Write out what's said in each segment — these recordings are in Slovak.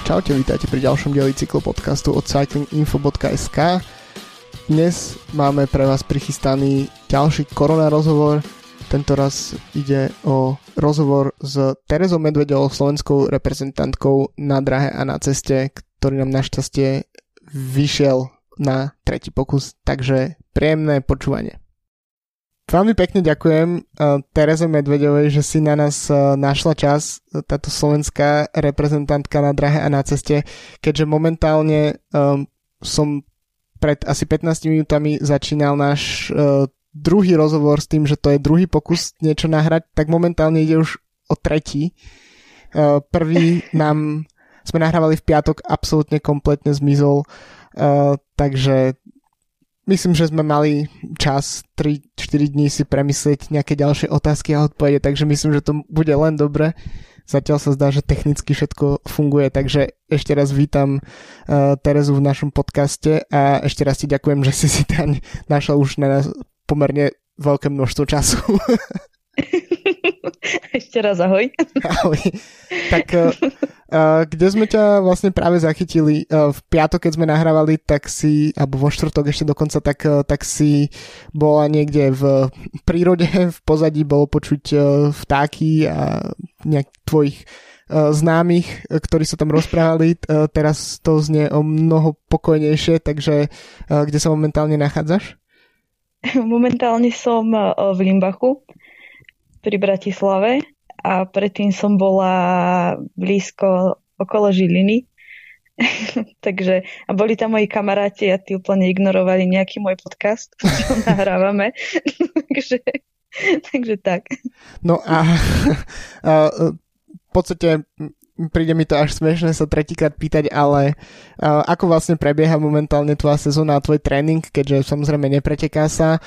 Čaute, vítajte pri ďalšom dieli cyklopodcastu od cyclinginfo.sk. Dnes máme pre vás prichystaný ďalší korona rozhovor. Tento raz ide o rozhovor s Terezou Medvedovou, slovenskou reprezentantkou na dráhe a na ceste, ktorý nám našťastie vyšiel na tretí pokus, takže príjemné počúvanie. Veľmi pekne ďakujem Tereze Medvedovej, že si na nás našla čas, táto slovenská reprezentantka na dráhe a na ceste, keďže momentálne som pred asi 15 minútami začínal náš druhý rozhovor s tým, že to je druhý pokus niečo nahrať, tak momentálne ide už o tretí. Prvý sme nahrávali v piatok, absolútne kompletne zmizol, takže myslím, že sme mali čas 3-4 dní si premyslieť nejaké ďalšie otázky a odpovede, takže myslím, že to bude len dobre. Zatiaľ sa zdá, že technicky všetko funguje, takže ešte raz vítam Terezu v našom podcaste a ešte raz ti ďakujem, že si tam našla už na nás pomerne veľké množstvo času. Ešte raz ahoj. Ahoj. Tak kde sme ťa vlastne práve zachytili? V piatok, keď sme nahrávali, alebo vo štvrtok ešte dokonca, tak si bola niekde v prírode, v pozadí bolo počuť vtáky a nejak tvojich známych, ktorí sa tam rozprávali. Teraz to znie o mnoho pokojnejšie, takže kde sa momentálne nachádzaš? Momentálne som v Limbachu pri Bratislave a predtým som bola blízko okolo Žiliny. Takže, a boli tam moji kamaráti a tí úplne ignorovali nejaký môj podcast, čo nahrávame. takže tak. No a v podstate príde mi to až smiešne sa tretíkrát pýtať, ale ako vlastne prebieha momentálne tvoja sezóna a tvoj tréning, keďže samozrejme nepreteká sa,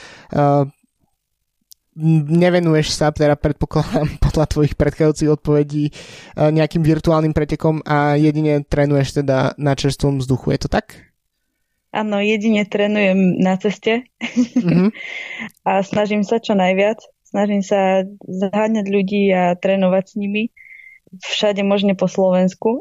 nevenuješ sa, teda predpokladám podľa tvojich predchádzajúcich odpovedí nejakým virtuálnym pretekom a jedine trénuješ teda na čerstvom vzduchu, je to tak? Áno, jedine trénujem na ceste a snažím sa čo najviac. Snažím sa zaháňať ľudí a trénovať s nimi všade možne po Slovensku.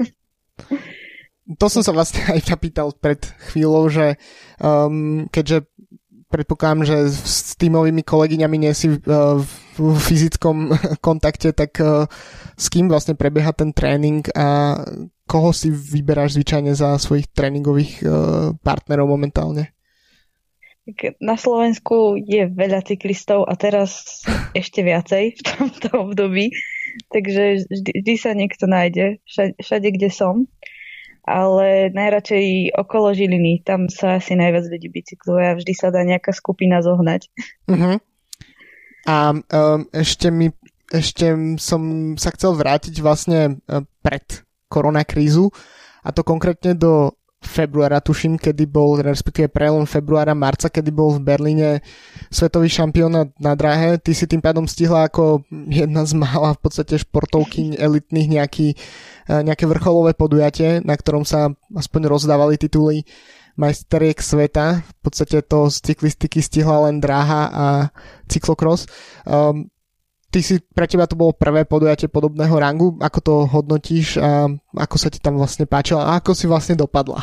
To som sa vlastne aj zapýtal pred chvíľou, že keďže predpokladám, že s tímovými kolegyňami nie si v fyzickom kontakte, tak s kým vlastne prebieha ten tréning a koho si vyberáš zvyčajne za svojich tréningových partnerov momentálne? Na Slovensku je veľa cyklistov a teraz ešte viacej v tomto období, takže vždy sa niekto nájde všade, kde som. Ale najradšej okolo Žiliny, tam sa asi najviac ľudí bicykluje a vždy sa dá nejaká skupina zohnať. Uh-huh. A ešte som sa chcel vrátiť vlastne pred koronakrízu a to konkrétne do februára, tuším, kedy bol, respektíve prelom februára, marca, kedy bol v Berlíne svetový šampiónat na dráhe. Ty si tým pádom stihla ako jedna z mála v podstate športovkyň elitných nejaké vrcholové podujatie, na ktorom sa aspoň rozdávali tituly majsteriek sveta. V podstate to z cyklistiky stihla len dráha a cyklokros. Pre teba to bolo prvé podujatie podobného rangu. Ako to hodnotíš a ako sa ti tam vlastne páčilo a ako si vlastne dopadla?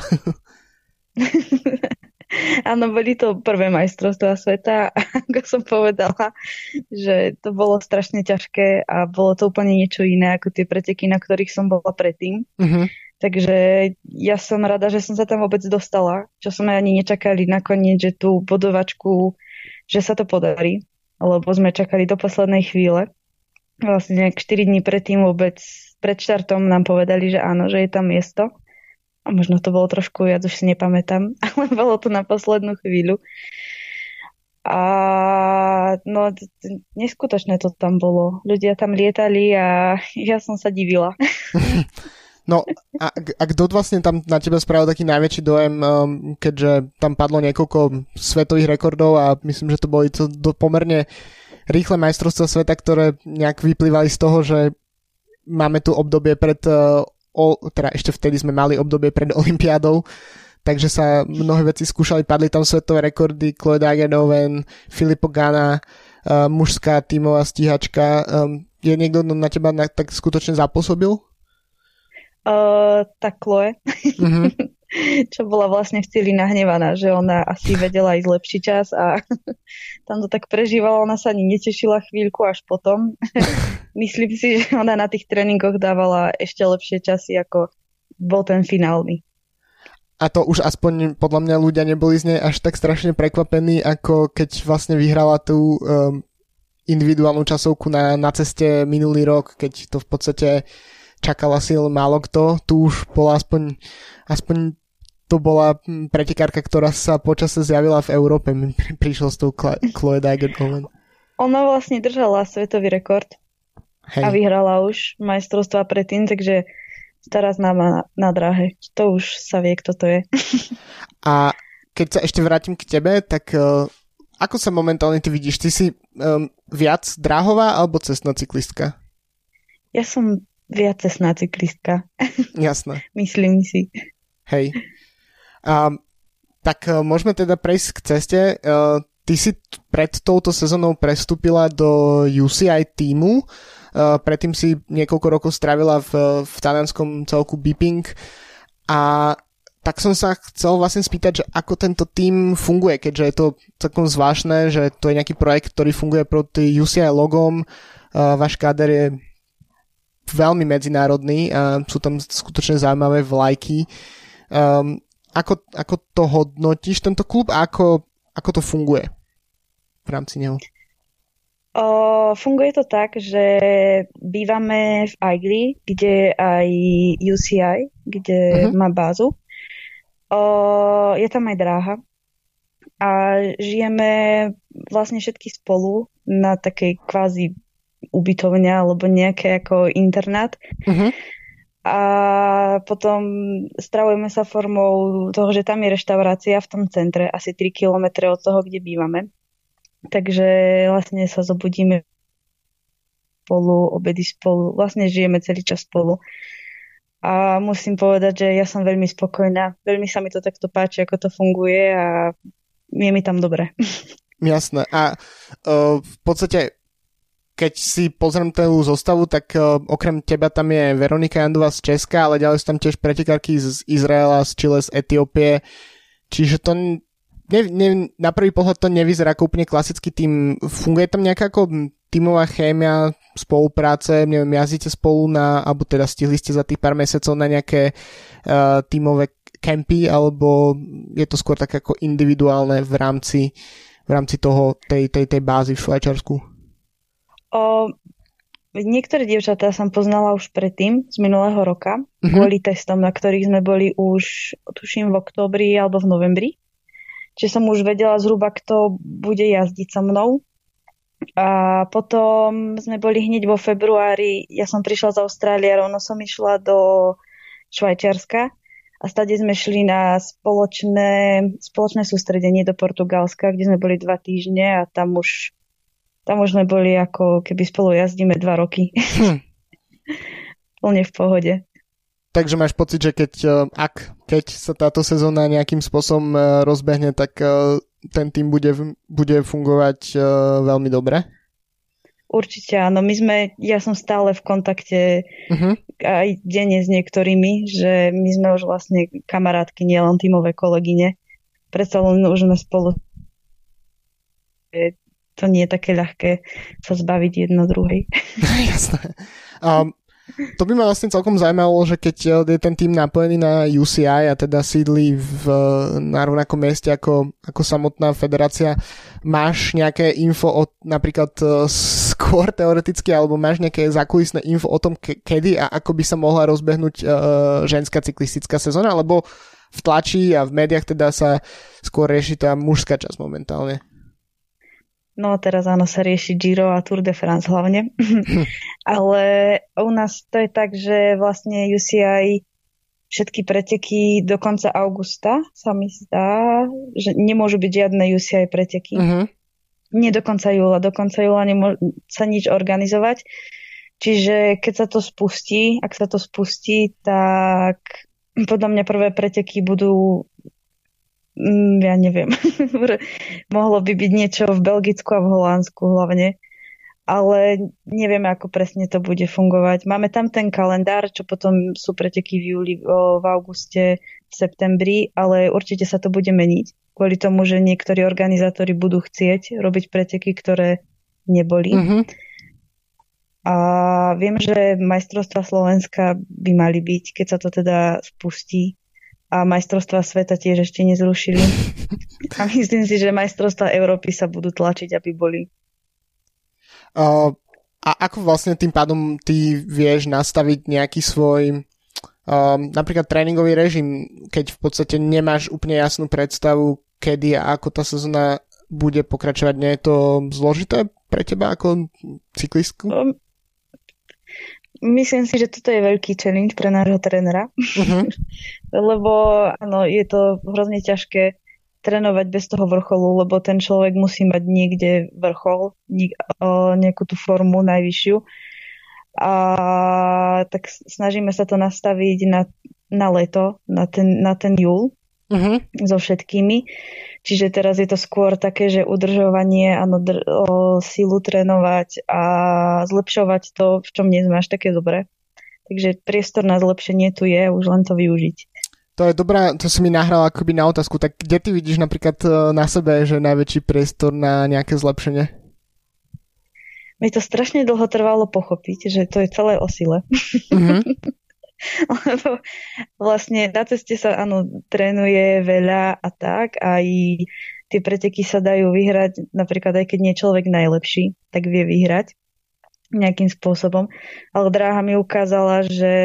Áno, boli to prvé majstrovstvá sveta a ako som povedala, že to bolo strašne ťažké a bolo to úplne niečo iné ako tie preteky, na ktorých som bola predtým. Uh-huh. Takže ja som rada, že som sa tam vôbec dostala, čo sme ani nečakali nakoniec, že tú bodovačku, že sa to podarí, lebo sme čakali do poslednej chvíle. Vlastne 4 dní predtým vôbec pred štartom nám povedali, že áno, že je tam miesto. A možno to bolo trošku viac, už si nepamätám, ale bolo to na poslednú chvíľu. A no, neskutočné to tam bolo. Ľudia tam lietali a ja som sa divila. No a kto vlastne tam na teba spravil taký najväčší dojem, keďže tam padlo niekoľko svetových rekordov a myslím, že to boli pomerne rýchle majstrovstvá sveta, ktoré nejak vyplývali z toho, že máme tu obdobie teda ešte vtedy sme mali obdobie pred olympiádou, takže sa mnohé veci skúšali, padli tam svetové rekordy, Chloe Dagenhoven, Filippo Ganna, mužská tímová stíhačka. Je niekto na teba tak skutočne zapôsobil? Tá Chloe, čo bola vlastne v cieli nahnevaná, že ona asi vedela ísť lepší čas a tam to tak prežívala, ona sa ani netešila chvíľku až potom. Myslím si, že ona na tých tréningoch dávala ešte lepšie časy, ako bol ten finálny. A to už aspoň podľa mňa ľudia neboli z nej až tak strašne prekvapení, ako keď vlastne vyhrala tú individuálnu časovku na ceste minulý rok, keď to v podstate čakala si málo kto. Tu už bola aspoň to bola pretekárka, ktorá sa počase zjavila v Európe. Prišiel s tou Chloe Dygert-Owen. Ona vlastne držala svetový rekord. Hej. A vyhrala už majstrovstvá predtým, takže teraz nám na dráhe. To už sa vie, kto to je. A keď sa ešte vrátim k tebe, tak ako sa momentálne ty vidíš? Ty si viac dráhová alebo cestná cyklistka? Ja som viac cestná cyklistka. Jasné. Myslím si. Hej. Tak môžeme teda prejsť k ceste. Ty si pred touto sezónou prestúpila do UCI týmu. Predtým si niekoľko rokov strávila v talianskom celku Biping. A tak som sa chcel vlastne spýtať, že ako tento tím funguje, keďže je to celkom zvláštne, že to je nejaký projekt, ktorý funguje proti UCI logom. Váš káder je veľmi medzinárodný a sú tam skutočne zaujímavé vlajky. Ako to hodnotíš, tento klub, a ako to funguje v rámci neho? Funguje to tak, že bývame v Aigle, kde je aj UCI, kde má bázu. Je tam aj dráha a žijeme vlastne všetky spolu na takej kvázi ubytovňa alebo nejaké ako internát. A potom stravujeme sa formou toho, že tam je reštaurácia v tom centre, asi 3 kilometre od toho, kde bývame. Takže vlastne sa zobudíme spolu, obedy spolu, vlastne žijeme celý čas spolu. A musím povedať, že ja som veľmi spokojná. Veľmi sa mi to takto páči, ako to funguje a je mi tam dobre. Jasné. A v podstate keď si pozriem tú zostavu, tak okrem teba tam je Veronika Jandová z Česka, ale ďalej sú tam tiež pretekárky z Izraela, z Chile, z Etiópie. Čiže to na prvý pohľad to nevyzerá ako úplne klasický tím. Funguje tam nejaká ako tímová chémia, spolupráce, neviem, jazdíte spolu alebo teda stihli ste za tých pár mesiacov na nejaké tímové kempy, alebo je to skôr tak ako individuálne v rámci toho tej bázy v Švajčiarsku? Niektoré dievčatá som poznala už predtým, z minulého roka, kvôli testom, na ktorých sme boli už, tuším, v októbri alebo v novembri. Čiže som už vedela zhruba, kto bude jazdiť so mnou. A potom sme boli hneď vo februári, ja som prišla z Austrálie, rovno som išla do Švajčiarska a stade sme šli na spoločné sústredenie do Portugalska, kde sme boli 2 týždne a tam už sme boli ako keby spolu jazdíme 2 roky. Plne v pohode. Takže máš pocit, že keď sa táto sezóna nejakým spôsobom rozbehne, tak ten tým bude fungovať veľmi dobre? Určite áno. Ja som stále v kontakte aj denne s niektorými, že my sme už vlastne kamarátky, nielen tímové kolegyne. Predsa len už sme spolu. To nie je také ľahké sa zbaviť jedno druhej. Jasné. To by ma vlastne celkom zaujímalo, že keď je ten tým napojený na UCI a teda sídli na rovnakom mieste ako samotná federácia, máš nejaké info napríklad skôr teoreticky, alebo máš nejaké zákulisné info o tom, kedy a ako by sa mohla rozbehnúť ženská cyklistická sezóna, alebo v tlači a v médiách teda sa skôr rieši tá mužská časť momentálne? No teraz áno, sa rieši Giro a Tour de France hlavne. Ale u nás to je tak, že vlastne UCI všetky preteky do konca augusta sa mi zdá, že nemôžu byť žiadne UCI preteky. Nie do konca júla. Do konca júla nemôže sa nič organizovať. Čiže keď sa to spustí, ak sa to spustí, tak podľa mňa prvé preteky budú ja neviem, mohlo by byť niečo v Belgicku a v Holandsku hlavne. ale nevieme, ako presne to bude fungovať. Máme tam ten kalendár, čo potom sú preteky v júli, v auguste, v septembri, ale určite sa to bude meniť. Kvôli tomu, že niektorí organizátori budú chcieť robiť preteky, ktoré neboli. Mm-hmm. A viem, že majstrovstvá Slovenska by mali byť, keď sa to teda spustí. A majstrovstvá sveta tiež ešte nezrušili. A myslím si, že majstrovstvá Európy sa budú tlačiť, aby boli. A ako vlastne tým pádom ty vieš nastaviť nejaký svoj napríklad tréningový režim, keď v podstate nemáš úplne jasnú predstavu, kedy a ako tá sezóna bude pokračovať? Nie je to zložité pre teba ako cyklistku? Myslím si, že toto je veľký challenge pre nášho trénera. Uh-huh. Lebo áno, je to hrozne ťažké trénovať bez toho vrcholu, lebo ten človek musí mať niekde vrchol, nejakú tú formu najvyššiu. A tak snažíme sa to nastaviť na leto, na ten júl, so všetkými. Čiže teraz je to skôr také, že udržovanie, sílu trénovať a zlepšovať to, v čom nie sme až také dobré. Takže priestor na zlepšenie tu je, už len to využiť. To je dobrá, to si mi nahral akoby na otázku. Tak kde ty vidíš napríklad na sebe, že najväčší priestor na nejaké zlepšenie? Mi to strašne dlho trvalo pochopiť, že to je celé o sile. Mm-hmm. Lebo vlastne na ceste sa trénuje veľa a tak, aj tie preteky sa dajú vyhrať, napríklad aj keď nie je človek najlepší, tak vie vyhrať nejakým spôsobom. Ale dráha mi ukázala,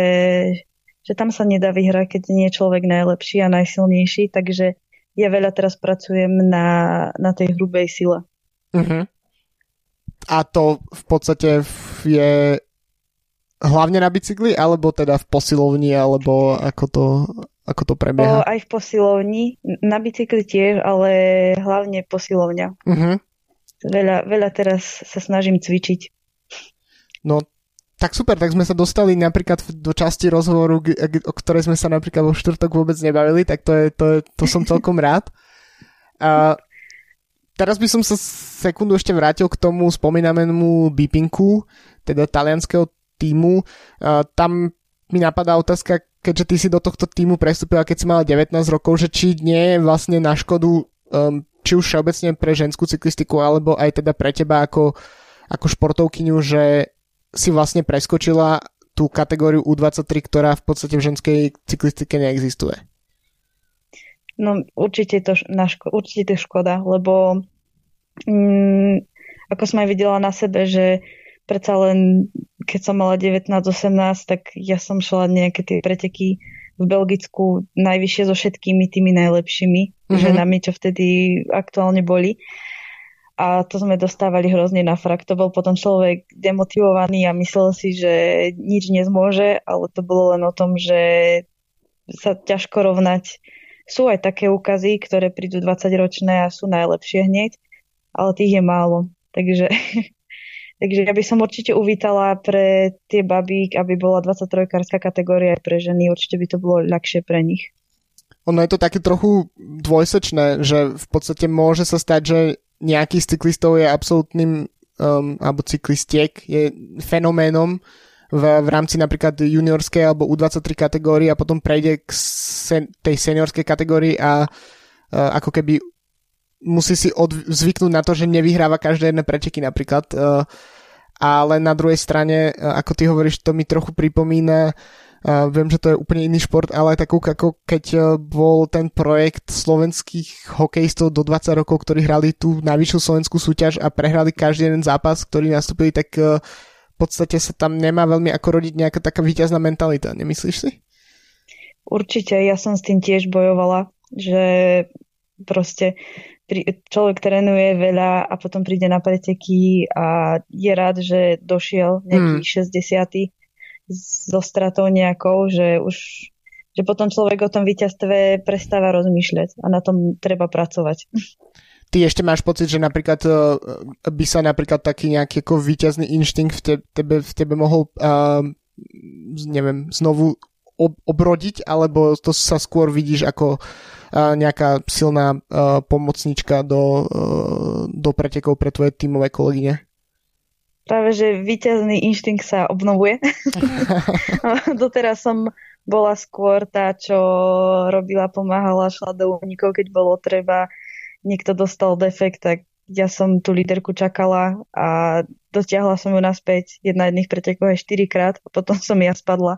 že tam sa nedá vyhrať, keď nie je človek najlepší a najsilnejší, takže ja veľa teraz pracujem na tej hrubej sile. Uh-huh. A to v podstate je hlavne na bicykli, alebo teda v posilovni, alebo ako to prebieha? Aj v posilovni, na bicykli tiež, ale hlavne posilovňa. Uh-huh. Veľa teraz sa snažím cvičiť. No, tak super, tak sme sa dostali napríklad do časti rozhovoru, o ktorej sme sa napríklad vo štvrtok vôbec nebavili, tak to som celkom rád. A teraz by som sa sekundu ešte vrátil k tomu spomínanému Bipinku, teda talianskeho tímu. Tam mi napadá otázka, keďže ty si do tohto tímu prestúpila, keď si mala 19 rokov, že či nie je vlastne na škodu, či už všeobecne pre ženskú cyklistiku, alebo aj teda pre teba ako športovkyňu, že si vlastne preskočila tú kategóriu U23, ktorá v podstate v ženskej cyklistike neexistuje. No určite to škoda, lebo ako som aj videla na sebe, že predsa len keď som mala 19-18, tak ja som šla nejaké tie preteky v Belgicku najvyššie so všetkými tými najlepšími ženami, čo vtedy aktuálne boli. A to sme dostávali hrozne na frak. To bol potom človek demotivovaný a myslel si, že nič nezmôže, ale to bolo len o tom, že sa ťažko rovnať. Sú aj také úkazy, ktoré prídu 20-ročné a sú najlepšie hneď, ale tých je málo. Takže ja by som určite uvítala pre tie babík, aby bola 23-kárska kategória aj pre ženy. Určite by to bolo ľahšie pre nich. Ono je to také trochu dvojsečné, že v podstate môže sa stať, že nejaký z cyklistov je absolútnym, alebo cyklistiek je fenoménom v rámci napríklad juniorskej alebo U23 kategórii a potom prejde k tej seniorskej kategórii a ako keby musí si zvyknúť na to, že nevyhráva každé jedné preteky napríklad. Ale na druhej strane, ako ty hovoríš, to mi trochu pripomína, viem, že to je úplne iný šport, ale takú ako keď bol ten projekt slovenských hokejistov do 20 rokov, ktorí hrali tú najvyššiu slovenskú súťaž a prehrali každý jeden zápas, ktorý nastúpili, tak v podstate sa tam nemá veľmi ako rodiť nejaká taká víťazná mentalita, nemyslíš si? Určite, ja som s tým tiež bojovala, že proste človek trénuje veľa a potom príde na preteky a je rád, že došiel nejaký 60. so stratou nejakou, že potom človek o tom víťazstve prestáva rozmýšľať a na tom treba pracovať. Ty ešte máš pocit, že napríklad by sa napríklad taký nejaký ako víťazný inštinkt v tebe mohol neviem, znovu obrodiť, alebo to sa skôr vidíš ako nejaká silná pomocnička do pretekov pre tvoje tímové kolegyne? Práve, že víťazný inštinkt sa obnovuje. Doteraz som bola skôr tá, čo robila, pomáhala, šla do únikov, keď bolo treba. Niekto dostal defekt, tak ja som tú líderku čakala a dotiahla som ju naspäť na jedných pretekoch aj 4-krát a potom som ja spadla.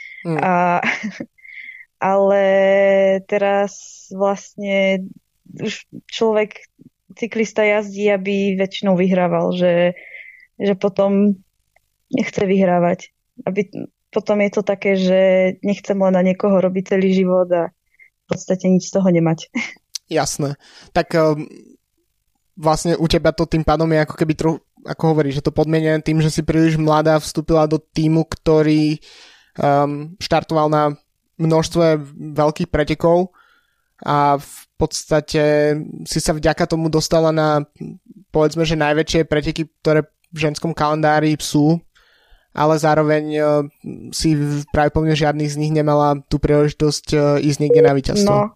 Ale teraz vlastne už človek, cyklista jazdí, aby väčšinou vyhrával, že potom nechce vyhrávať. Potom je to také, že nechcem len na niekoho robiť celý život a v podstate nič z toho nemať. Jasné. Tak vlastne u teba to tým pádom je ako keby ako hovoríš, že to podmienené tým, že si príliš mladá vstúpila do tímu, ktorý štartoval na množstve veľkých pretekov a v podstate si sa vďaka tomu dostala na, povedzme, že najväčšie preteky, ktoré v ženskom kalendári sú, ale zároveň si pravdepodobne žiadny z nich nemala tú príležitosť ísť niekde na víťazstvo. No,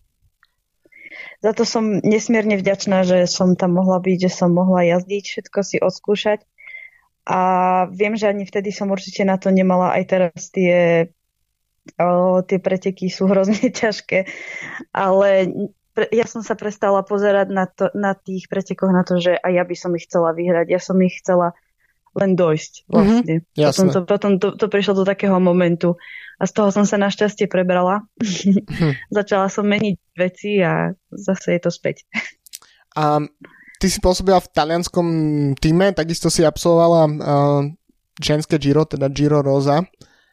za to som nesmierne vďačná, že som tam mohla byť, že som mohla jazdiť, všetko si odskúšať. A viem, že ani vtedy som určite na to nemala, aj teraz tie preteky sú hrozne ťažké, ale ja som sa prestala pozerať na tých pretekoch na to, že aj ja by som ich chcela vyhrať. Ja som ich chcela len dojsť vlastne. Potom to prišlo do takého momentu a z toho som sa našťastie prebrala. Začala som meniť veci a zase je to späť. A ty si pôsobila v talianskom týme, takisto si absolvovala ženské Giro, teda Giro Rosa.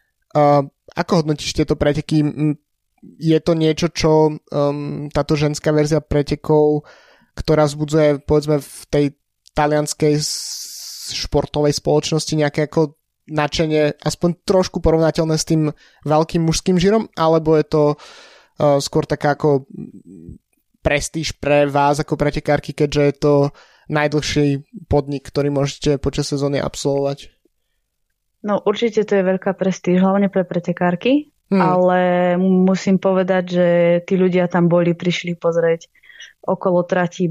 Ako hodnotíš tieto preteky? Je to niečo, čo táto ženská verzia pretekov, ktorá vzbudzuje, povedzme, v tej talianskej športovej spoločnosti nejaké ako nadšenie, aspoň trošku porovnateľné s tým veľkým mužským Girom, alebo je to skôr taká ako prestíž pre vás ako pretekárky, keďže je to najdlhší podnik, ktorý môžete počas sezóny absolvovať? No určite to je veľká prestíž, hlavne pre pretekárky, ale musím povedať, že tí ľudia tam prišli pozrieť okolo trati,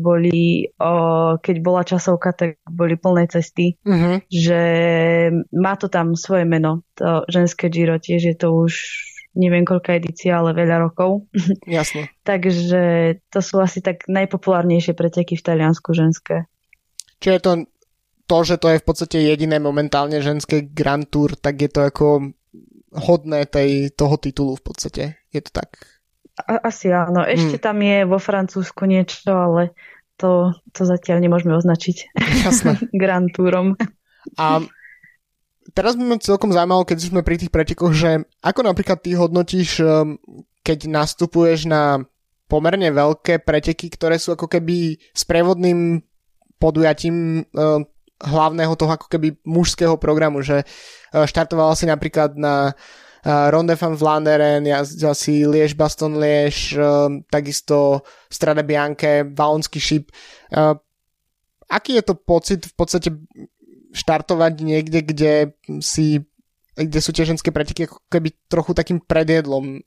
keď bola časovka, tak boli plné cesty, že má to tam svoje meno, to ženské Giro, tiež je to už neviem koľká edícia, ale veľa rokov. Jasne. Takže to sú asi tak najpopulárnejšie preteky v Taliansku ženské. Čiže to, že to je v podstate jediné momentálne ženské Grand Tour, tak je to ako hodné toho titulu v podstate. Je to tak? Asi áno. Ešte tam je vo Francúzsku niečo, ale to zatiaľ nemôžeme označiť Grand Tourom. A teraz by ma celkom zaujímalo, keď sme pri tých pretekoch, že ako napríklad ty hodnotíš, keď nastupuješ na pomerne veľké preteky, ktoré sú ako keby sprievodným podujatím hlavného toho ako keby mužského programu, že štartovala si napríklad na Ronde van Vlaanderen, jazdila si Liège-Bastogne-Liège, takisto Strade Bianche, Valonský šíp. Aký je to pocit v podstate štartovať niekde, kde sú tie ženské preteky ako keby trochu takým predjedlom?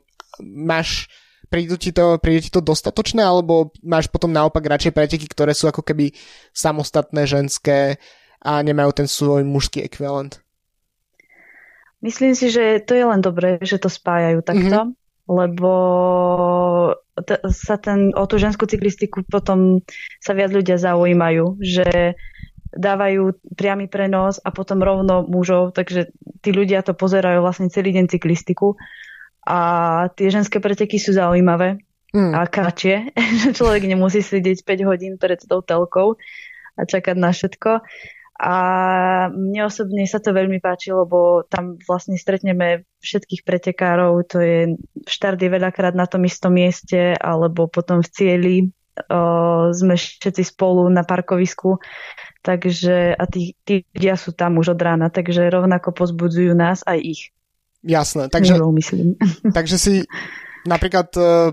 Príde ti to dostatočné, alebo máš potom naopak radšej preteky, ktoré sú ako keby samostatné ženské a nemajú ten svoj mužský ekvivalent? Myslím si, že to je len dobré, že to spájajú takto, lebo o tú ženskú cyklistiku potom sa viac ľudia zaujímajú, že dávajú priamy prenos a potom rovno mužov, takže tí ľudia to pozerajú vlastne celý deň cyklistiku a tie ženské preteky sú zaujímavé a kratšie, že človek nemusí sedieť 5 hodín pred tou telkou a čakať na všetko. A mne osobne sa to veľmi páči, lebo tam vlastne stretneme všetkých pretekárov, to je štart je veľakrát na tom istom mieste, alebo potom v cieli sme všetci spolu na parkovisku, takže a tí ľudia sú tam už od rána, takže rovnako pozbudzujú nás aj ich. Jasné, takže si napríklad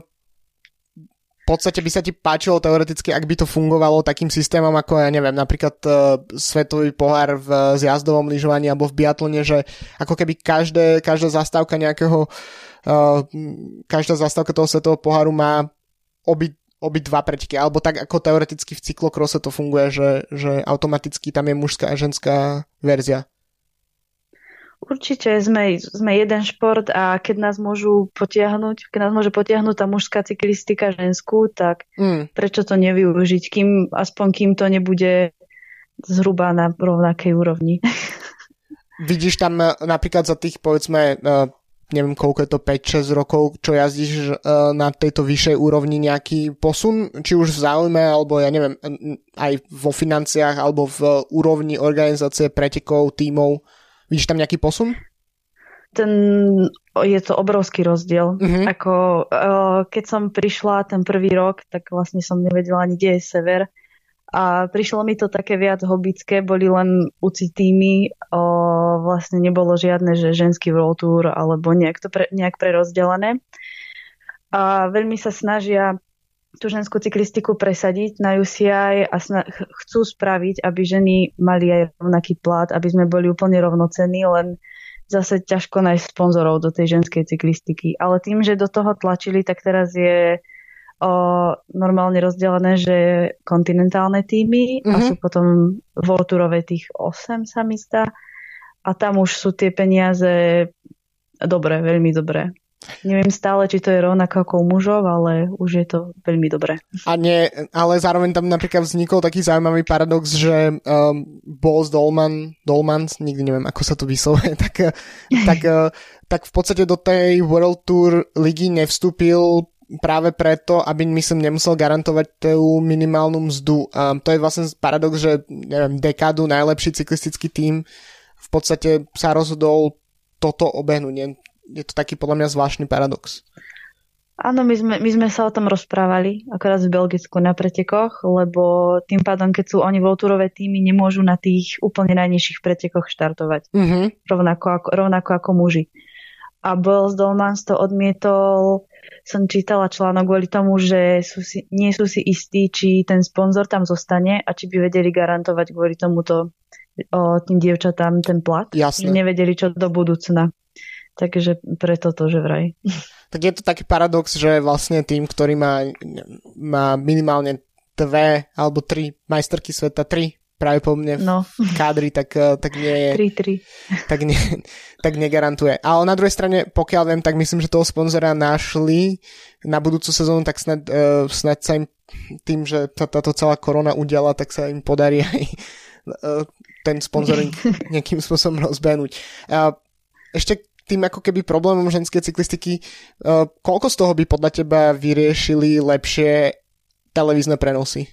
v podstate by sa ti páčilo teoreticky, ak by to fungovalo takým systémom ako, ja neviem, napríklad svetový pohár v zjazdovom lyžovaní alebo v biatlone, že ako keby každá zastávka toho svetového poháru má obidva preteky, alebo tak ako teoreticky v cyklokrose to funguje, že automaticky tam je mužská a ženská verzia. Určite sme jeden šport a keď nás môže potiahnuť tá mužská cyklistika ženskú, tak prečo to nevyužiť, kým to nebude zhruba na rovnakej úrovni. Vidíš tam napríklad za tých, povedzme, neviem koľko je to, 5-6 rokov, čo jazdíš na tejto vyššej úrovni nejaký posun, či už v záujme, alebo ja neviem, aj vo financiách, alebo v úrovni organizácie pretekov, tímov. Vidíš tam nejaký posun? Je to obrovský rozdiel. Ako, keď som prišla ten prvý rok, tak vlastne som nevedela ani, kde je sever. A prišlo mi to také viac hobbické, boli len UCI týmy, vlastne nebolo žiadne, že ženský World Tour alebo nejak prerozdelené. A veľmi sa snažia tú ženskú cyklistiku presadiť na UCI a chcú spraviť, aby ženy mali aj rovnaký plat, aby sme boli úplne rovnocenní, len zase ťažko nájsť sponzorov do tej ženskej cyklistiky. Ale tým, že do toho tlačili, tak teraz je normálne rozdelené, že kontinentálne týmy a sú potom World Tourové tých 8 sa mi zdá. A tam už sú tie peniaze dobré, veľmi dobré. Neviem stále, či to je rovnako ako u mužov, ale už je to veľmi dobré. Ale zároveň tam napríklad vznikol taký zaujímavý paradox, že Boels Dolmans, nikdy neviem, ako sa to vyslovuje, tak v podstate do tej World Tour ligy nevstúpil práve preto, aby myslím nemusel garantovať tú minimálnu mzdu. A to je vlastne paradox, že neviem, dekádu najlepší cyklistický tím v podstate sa rozhodol toto obehnúť. Je to taký podľa mňa zvláštny paradox. Áno, my sme sa o tom rozprávali akorát v Belgicku na pretekoch, lebo tým pádom, keď sú oni World-Tourové týmy, nemôžu na tých úplne najnižších pretekoch štartovať. Rovnako ako muži. A Boels Dolmans to odmietol. Som čítala článok kvôli tomu, že nie sú si istí, či ten sponzor tam zostane a či by vedeli garantovať kvôli tomuto tým dievčatám ten plat. Jasne. Že nevedeli, čo do budúcna. Takže preto to, že vraj. Tak je to taký paradox, že vlastne tým, ktorý má minimálne 2 alebo 3 majsterky sveta, 3 práve po mne v kádri, tak nie je... 3. Tak negarantuje. Ale na druhej strane, pokiaľ viem, tak myslím, že toho sponzora našli na budúcu sezónu, tak snad sa im tým, že táto celá korona udiala, tak sa im podarí aj ten sponzoring nejakým spôsobom rozbehnúť. Ešte tým ako keby problémom ženskej cyklistiky, koľko z toho by podľa teba vyriešili lepšie televízne prenosy?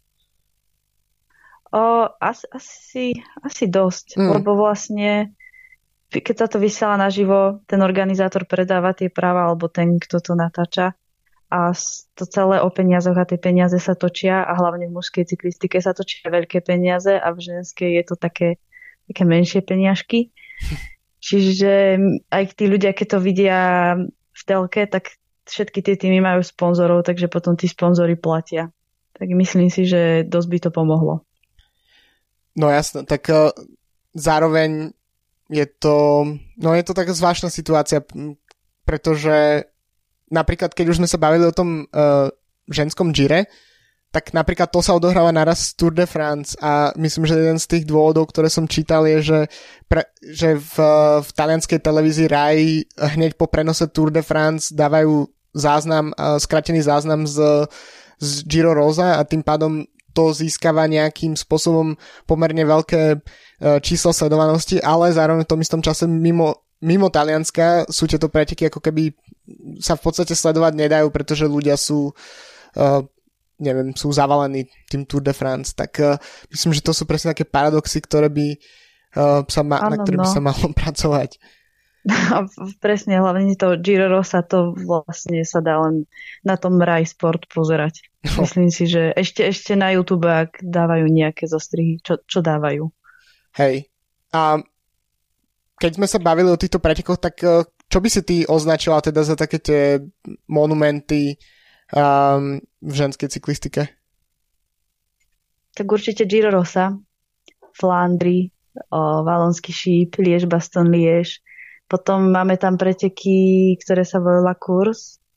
Asi dosť, lebo vlastne keď sa to vysiela naživo, ten organizátor predáva tie práva alebo ten, kto to natáča a to celé o peniazoch a tie peniaze sa točia a hlavne v mužskej cyklistike sa točia veľké peniaze a v ženskej je to také menšie peniažky. Čiže aj tí ľudia, keď to vidia v telke, tak všetky tie týmy majú sponzorov, takže potom tí sponzori platia. Tak myslím si, že dosť by to pomohlo. No jasné, tak zároveň je to taká zvláštna situácia, pretože napríklad, keď už sme sa bavili o tom ženskom Gire, tak napríklad to sa odohráva naraz Tour de France a myslím, že jeden z tých dôvodov, ktoré som čítal, je, že v talianskej televízii Rai hneď po prenose Tour de France dávajú skrátený záznam z Giro Rosa a tým pádom to získava nejakým spôsobom pomerne veľké číslo sledovanosti, ale zároveň v tom istom čase mimo Talianska sú tieto preteky ako keby sa v podstate sledovať nedajú, pretože ľudia sú sú zavalení tým Tour de France. Tak myslím, že to sú presne také paradoxy, ktoré by na ktorých by sa malo pracovať. Presne, hlavne to Giro Rosa, to vlastne sa dá len na tom Rai Sport pozerať. Myslím si, že ešte na YouTube, ak dávajú nejaké zostrihy, čo dávajú. Hej. A keď sme sa bavili o týchto pretekoch, tak čo by si ty označila teda za také tie monumenty v ženskej cyklistike? Tak určite Giro Rosa, Flandry, Valonský šíp, Liège-Bastogne-Liège. Potom máme tam preteky, ktoré sa volajú La Course,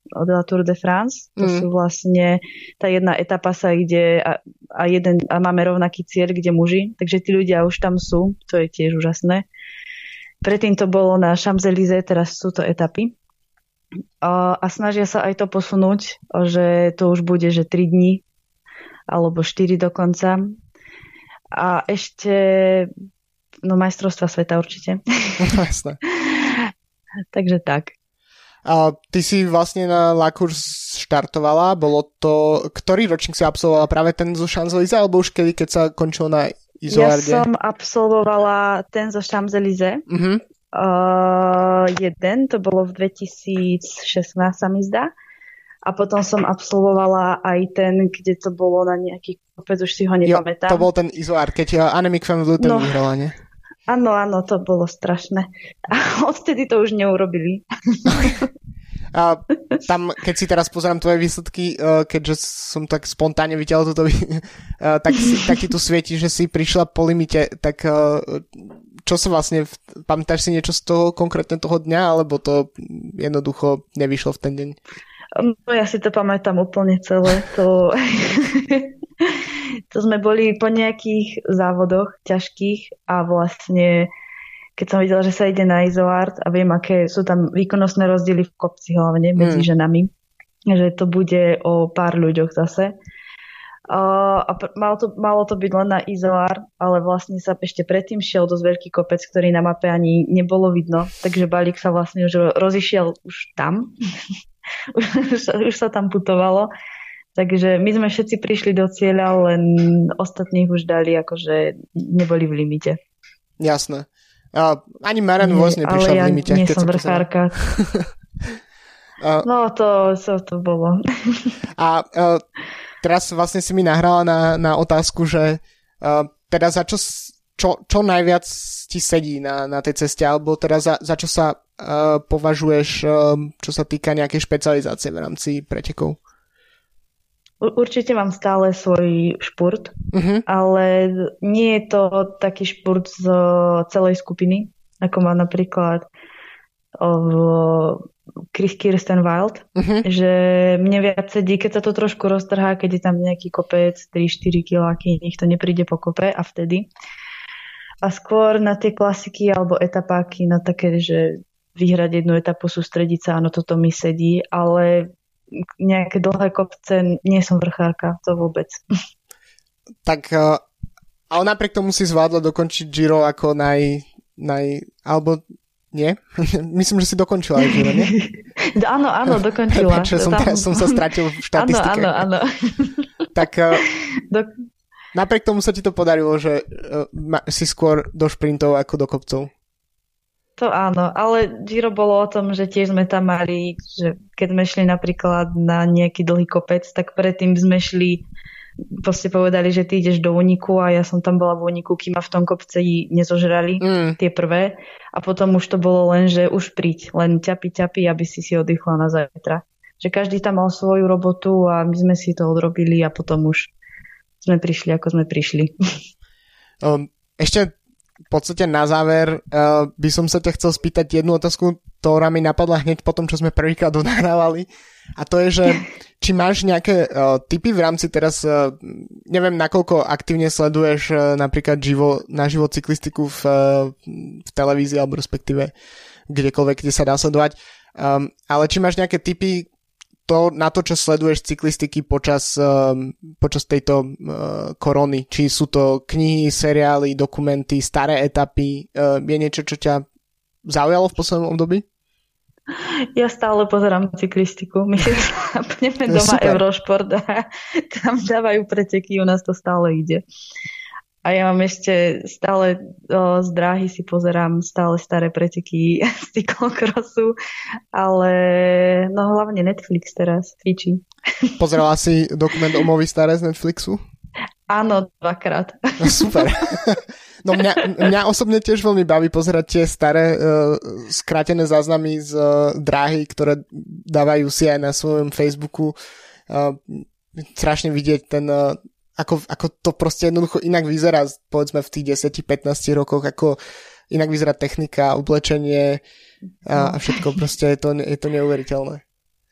de la Tour de France. To sú vlastne, tá jedna etapa sa ide a máme rovnaký cieľ, kde muži, takže tí ľudia už tam sú, to je tiež úžasné. Predtým to bolo na Champs-Élysées, teraz sú to etapy. A snažia sa aj to posunúť, že to už bude, že 3 dní, alebo 4 dokonca. A ešte majstrovstva sveta určite. Jasné. Takže tak. A ty si vlastne na La Course štartovala, bolo to, ktorý ročník si absolvovala, práve ten zo Champs-Élysées, alebo už keď sa končilo na Izoarde? Ja som absolvovala ten zo Champs-Élysées. Jeden, to bolo v 2016 sa mi zdá. A potom som absolvovala aj ten, kde to bolo na nejaký kopec, už si ho nepamätám. To bol ten Izoard, keď Annemiek van Vleuten vyhrala, nie? Áno, to bolo strašné. A odtedy to už neurobili. A tam, keď si teraz pozerám tvoje výsledky, keďže som tak spontánne vytiaľ toto, tak ti tu svieti, že si prišla po limite, tak čo sa vlastne, pamätáš si niečo z toho konkrétne toho dňa, alebo to jednoducho nevyšlo v ten deň? No ja si to pamätám úplne celé. To sme boli po nejakých závodoch ťažkých a vlastne keď som videla, že sa ide na Izoard a viem, aké sú tam výkonnostné rozdiely v kopci hlavne medzi ženami, že to bude o pár ľuďoch zase. A malo to byť len na Izoard, ale vlastne sa ešte predtým šiel dosť veľký kopec, ktorý na mape ani nebolo vidno, takže balík sa vlastne už rozišiel už tam. už sa tam putovalo. Takže my sme všetci prišli do cieľa, len ostatných už dali, akože neboli v limite. Jasné. Ani Maren Vos neprišla v limite. Ale ja nie som vrchárka. No to bolo. A teraz vlastne si mi nahrala na otázku, že teda za čo najviac ti sedí na tej ceste, alebo teda za čo sa považuješ, čo sa týka nejakej špecializácie v rámci pretekov? Určite mám stále svoj špurt, ale nie je to taký špurt z celej skupiny, ako má napríklad Kirsten Wild, že mne viac sedí, keď sa to trošku roztrhá, keď je tam nejaký kopec, 3-4 kiláky, nech to nepríde po kope a vtedy. A skôr na tie klasiky alebo etapáky, na také, že vyhrať jednu etapu, sústrediť sa, áno, toto mi sedí, ale nejaké dlhé kopce, nie som vrchárka, to vôbec. Tak, ale napriek tomu si zvládla dokončiť Giro ako alebo nie? Myslím, že si dokončila aj Giro, nie? Áno, dokončila. Prečo som sa stratil v štatistike. Áno. Tak napriek tomu sa ti to podarilo, že si skôr do šprintov ako do kopcov. To áno, ale Giro bolo o tom, že tiež sme tam mali, že keď sme šli napríklad na nejaký dlhý kopec, tak predtým sme šli, proste povedali, že ty ideš do úniku a ja som tam bola v úniku, kým ma v tom kopce nezožrali tie prvé a potom už to bolo len, že už príď, len ťapi, aby si oddychla na zajtra. Že každý tam mal svoju robotu a my sme si to odrobili a potom už sme prišli, ako sme prišli. Ešte v podstate na záver by som sa ťa chcel spýtať jednu otázku, ktorá mi napadla hneď po tom, čo sme prvýkrát donahrávali. A to je, že či máš nejaké tipy v rámci teraz, neviem, nakoľko aktívne sleduješ napríklad naživo cyklistiku v televízii, alebo respektíve kdekoľvek, kde sa dá sledovať. Ale či máš nejaké tipy na to, čo sleduješ cyklistiky počas tejto korony. Či sú to knihy, seriály, dokumenty, staré etapy. Je niečo, čo ťa zaujalo v poslednom období? Ja stále pozerám cyklistiku. My si zapneme doma Eurošport a tam dávajú preteky, u nás to stále ide. A ja mám ešte stále z dráhy si pozerám stále staré preteky z cyklokrosu, ale no hlavne Netflix teraz fičí. Pozerala si dokument o Movistare z Netflixu? Áno, 2-krát. No, super. No mňa osobne tiež veľmi baví pozerať tie staré skrátené záznamy z dráhy, ktoré dávajú si aj na svojom Facebooku. Strašne vidieť ten... Ako to proste jednoducho inak vyzerá, povedzme v tých 10-15 rokoch, ako inak vyzerá technika, oblečenie a všetko, proste je to neuveriteľné.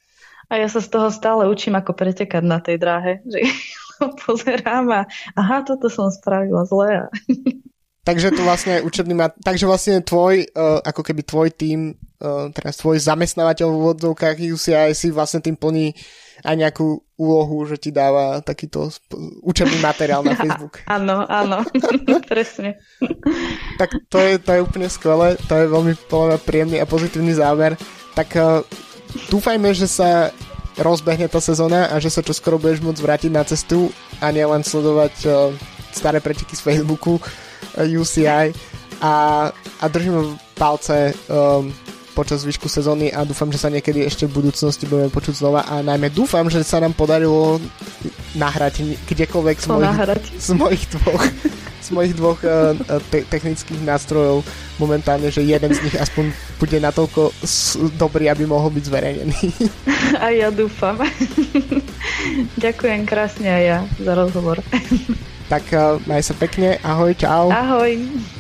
A ja sa z toho stále učím, ako pretekať na tej dráhe. Že pozerám a aha, toto som spravila zle. Takže to vlastne učebný takže vlastne tvoj, ako keby tvoj tím, teraz tvoj zamestnávateľ v úvodzovkách UCI si vlastne tým plní aj nejakú úlohu, že ti dáva takýto učebný materiál na Facebook. Áno, presne. Tak to je úplne skvelé, to je veľmi príjemný a pozitívny záver. Tak dúfajme, že sa rozbehne tá sezóna a že sa čoskoro budeš môcť vrátiť na cestu a nielen sledovať staré preteky z Facebooku UCI a držím palce počas zvyšku sezóny a dúfam, že sa niekedy ešte v budúcnosti budeme počuť znova a najmä dúfam, že sa nám podarilo nahrať kdekoľvek z mojich dvoch technických nástrojov momentálne, že jeden z nich aspoň bude natoľko dobrý, aby mohol byť zverejnený. A ja dúfam. Ďakujem krásne aj ja za rozhovor. Tak maj sa pekne, ahoj, čau. Ahoj.